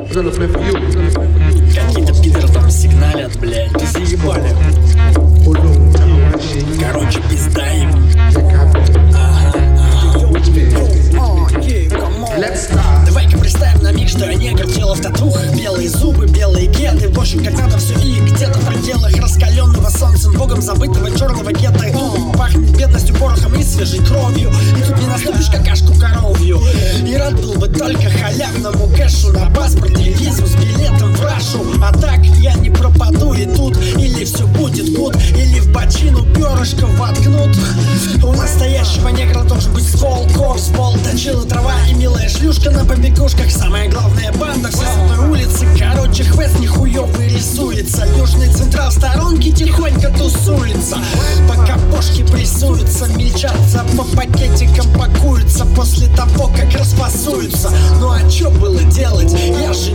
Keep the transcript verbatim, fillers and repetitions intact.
Какие-то пидоры там сигналят, блядь, заебали. Короче, пизда им. Ага, ага. Давай-ка представим на миг, что я негр, тело в татухах, белые зубы, белые гены. В общем, как надо все и где-то в пределах раскаленного солнцем, богом забытого черного гетто. Пахнет бедностью, порохом и свежей кровью. И тут не наступишь какашку коровью. И рад был бы только халявному кэшу на паспорт и визу с билетом в Рашу. А так я не пропаду и тут или все будет гуд, или в бочину перышко воткнут. У настоящего негра должен быть ствол, корс, пол, точила трава и милая шлюшка на побегушках. Самая главная банда все с одной улицы. Короче, хвест нихуёвый рисуется. Южный централ в сторонке тихонько тусуется. Пока бошки прессуются, мельчатся, по пакетикам пакуются после того, как расфасуются. Ну а чё было делать? Я же